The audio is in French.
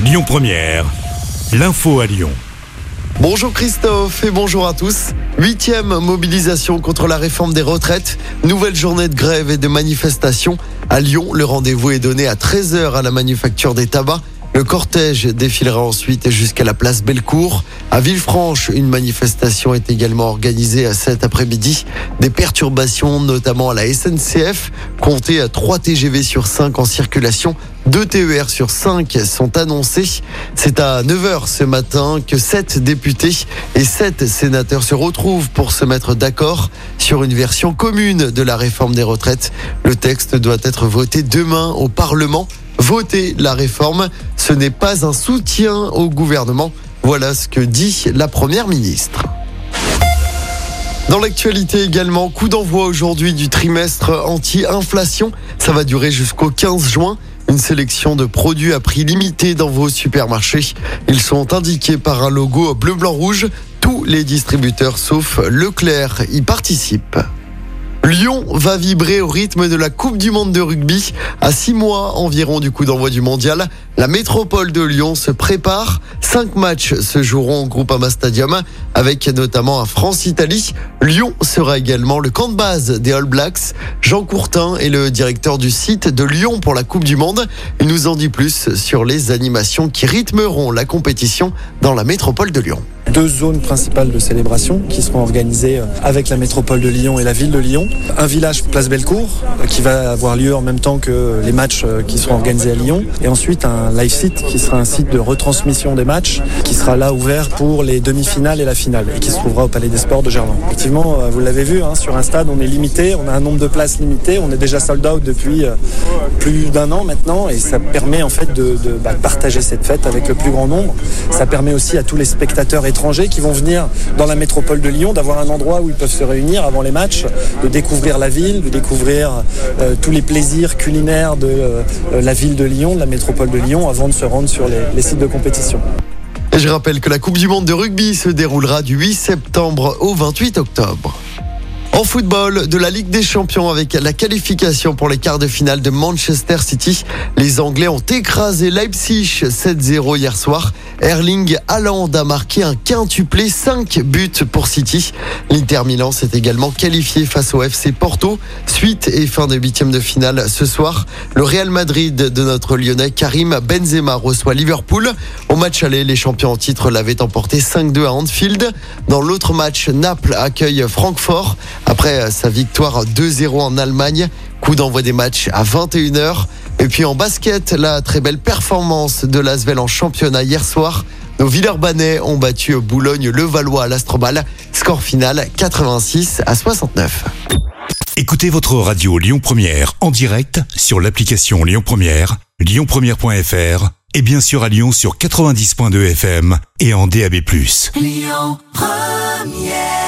Lyon Première, l'info à Lyon. Bonjour Christophe et bonjour à tous. 8e mobilisation contre la réforme des retraites. Nouvelle journée de grève et de manifestation. À Lyon, le rendez-vous est donné à 13h à la Manufacture des Tabacs. Le cortège défilera ensuite jusqu'à la place Bellecour. À Villefranche, une manifestation est également organisée cet après-midi. Des perturbations, notamment à la SNCF. Comptez à 3 TGV sur 5 en circulation. 2 TER sur 5 sont annoncés. C'est à 9h ce matin que 7 députés et 7 sénateurs se retrouvent pour se mettre d'accord sur une version commune de la réforme des retraites. Le texte doit être voté demain au Parlement. Voter la réforme, ce n'est pas un soutien au gouvernement. Voilà ce que dit la Première ministre. Dans l'actualité également, coup d'envoi aujourd'hui du trimestre anti-inflation. Ça va durer jusqu'au 15 juin. Une sélection de produits à prix limité dans vos supermarchés. Ils sont indiqués par un logo bleu-blanc-rouge. Tous les distributeurs sauf Leclerc y participent. Lyon va vibrer au rythme de la Coupe du Monde de rugby. À 6 mois environ du coup d'envoi du mondial, la métropole de Lyon se prépare. 5 matchs se joueront au Groupama Stadium avec notamment un France-Italie. Lyon sera également le camp de base des All Blacks. Jean Courtin est le directeur du site de Lyon pour la Coupe du Monde. Il nous en dit plus sur les animations qui rythmeront la compétition dans la métropole de Lyon. 2 zones principales de célébration qui seront organisées avec la métropole de Lyon et la ville de Lyon. Un village place Bellecour qui va avoir lieu en même temps que les matchs qui seront organisés à Lyon. Et ensuite un live site qui sera un site de retransmission des matchs qui sera là ouvert pour les demi-finales et la finale et qui se trouvera au Palais des Sports de Gerland. Effectivement, vous l'avez vu, sur un stade on est limité, on a un nombre de places limité, on est déjà sold out depuis plus d'1 an maintenant et ça permet en fait de partager cette fête avec le plus grand nombre. Ça permet aussi à tous les spectateurs étrangers qui vont venir dans la métropole de Lyon d'avoir un endroit où ils peuvent se réunir avant les matchs, de découvrir la ville, de découvrir tous les plaisirs culinaires de la ville de Lyon, de la métropole de Lyon avant de se rendre sur les sites de compétition. Et je rappelle que la Coupe du Monde de rugby se déroulera du 8 septembre au 28 octobre. En football, de la Ligue des Champions avec la qualification pour les quarts de finale de Manchester City. Les Anglais ont écrasé Leipzig 7-0 hier soir. Erling Haaland a marqué un quintuplé, 5 buts pour City. L'Inter Milan s'est également qualifié face au FC Porto. Suite et fin de 8e de finale ce soir. Le Real Madrid de notre Lyonnais Karim Benzema reçoit Liverpool. Au match aller, les champions en titre l'avaient emporté 5-2 à Anfield. Dans l'autre match, Naples accueille Francfort. Après sa victoire 2-0 en Allemagne, coup d'envoi des matchs à 21h. Et puis en basket, la très belle performance de l'Asvel en championnat hier soir. Nos Villeurbanais ont battu Boulogne-le-Valois à l'Astrobal. Score final 86-69. Écoutez votre radio Lyon Première en direct sur l'application Lyon Première, lyonpremière.fr et bien sûr à Lyon sur 90.2 FM et en DAB+. Lyon Première.